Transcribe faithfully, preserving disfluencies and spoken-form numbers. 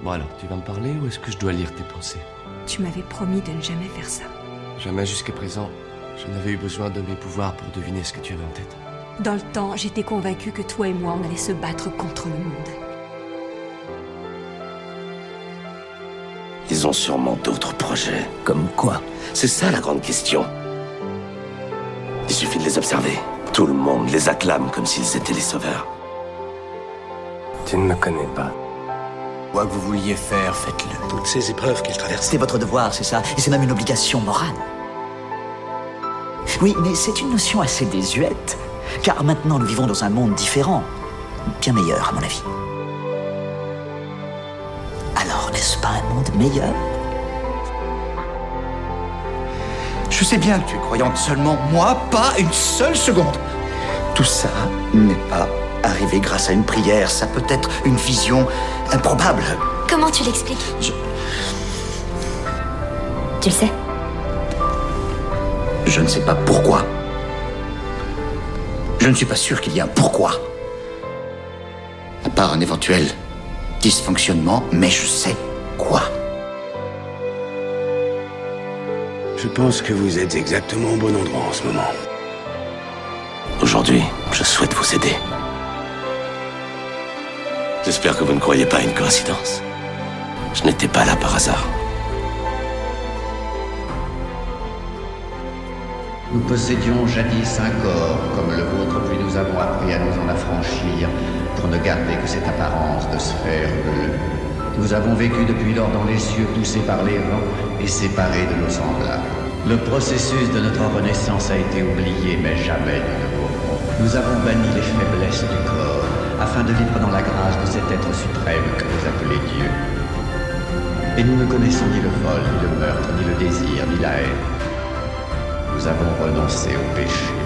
Bon alors, tu vas me parler ou est-ce que je dois lire tes pensées? Tu m'avais promis de ne jamais faire ça. Jamais jusqu'à présent, je n'avais eu besoin de mes pouvoirs pour deviner ce que tu avais en tête. Dans le temps, j'étais convaincue que toi et moi, on allait se battre contre le monde. Ils ont sûrement d'autres projets. Comme quoi? C'est ça la grande question. Il suffit de les observer. Tout le monde les acclame comme s'ils étaient les sauveurs. Tu ne me connais pas. Quoi que vous vouliez faire, faites-le. Toutes ces épreuves qu'il traverse. C'est votre devoir, c'est ça. Et c'est même une obligation morale. Oui, mais c'est une notion assez désuète. Car maintenant, nous vivons dans un monde différent. Bien meilleur, à mon avis. Alors, n'est-ce pas un monde meilleur? Je sais bien que tu es croyante seulement. Moi, pas une seule seconde. Tout ça n'est pas arrivé grâce à une prière. Ça peut être une vision improbable. Comment tu l'expliques? Je... Tu le sais? Je ne sais pas pourquoi. Je ne suis pas sûr qu'il y ait un pourquoi. À part un éventuel dysfonctionnement, mais je sais quoi. Je pense que vous êtes exactement au bon endroit en ce moment. Aujourd'hui, je souhaite vous aider. J'espère que vous ne croyez pas à une coïncidence. Je n'étais pas là par hasard. Nous possédions jadis un corps comme le vôtre, puis nous avons appris à nous en affranchir pour ne garder que cette apparence de sphère bleue. Nous avons vécu depuis lors dans les cieux poussés par les vents et séparés de nos semblables. Le processus de notre renaissance a été oublié, mais jamais nous ne mourrons. Nous avons banni les faiblesses du corps afin de vivre dans la grâce de cet être suprême que vous appelez Dieu. Et nous ne connaissons ni le vol, ni le meurtre, ni le désir, ni la haine. Nous avons renoncé au péché.